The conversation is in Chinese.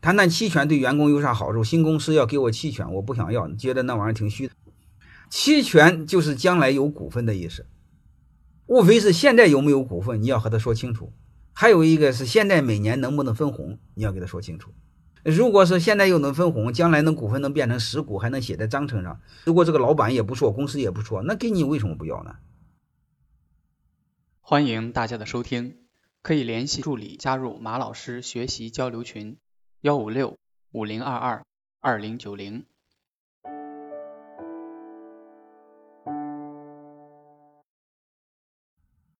谈期权对员工有啥好处？新公司要给我期权，我不想要，觉得那玩意儿挺虚的。期权就是将来有股份的意思，无非是现在有没有股份，你要和他说清楚。还有一个是现在每年能不能分红，你要给他说清楚。如果是现在又能分红，将来股份能变成实股，还能写在章程上，如果这个老板也不错，公司也不错，那给你为什么不要呢？ 欢迎大家的收听，可以联系助理加入马老师学习交流群：156-5022-2090。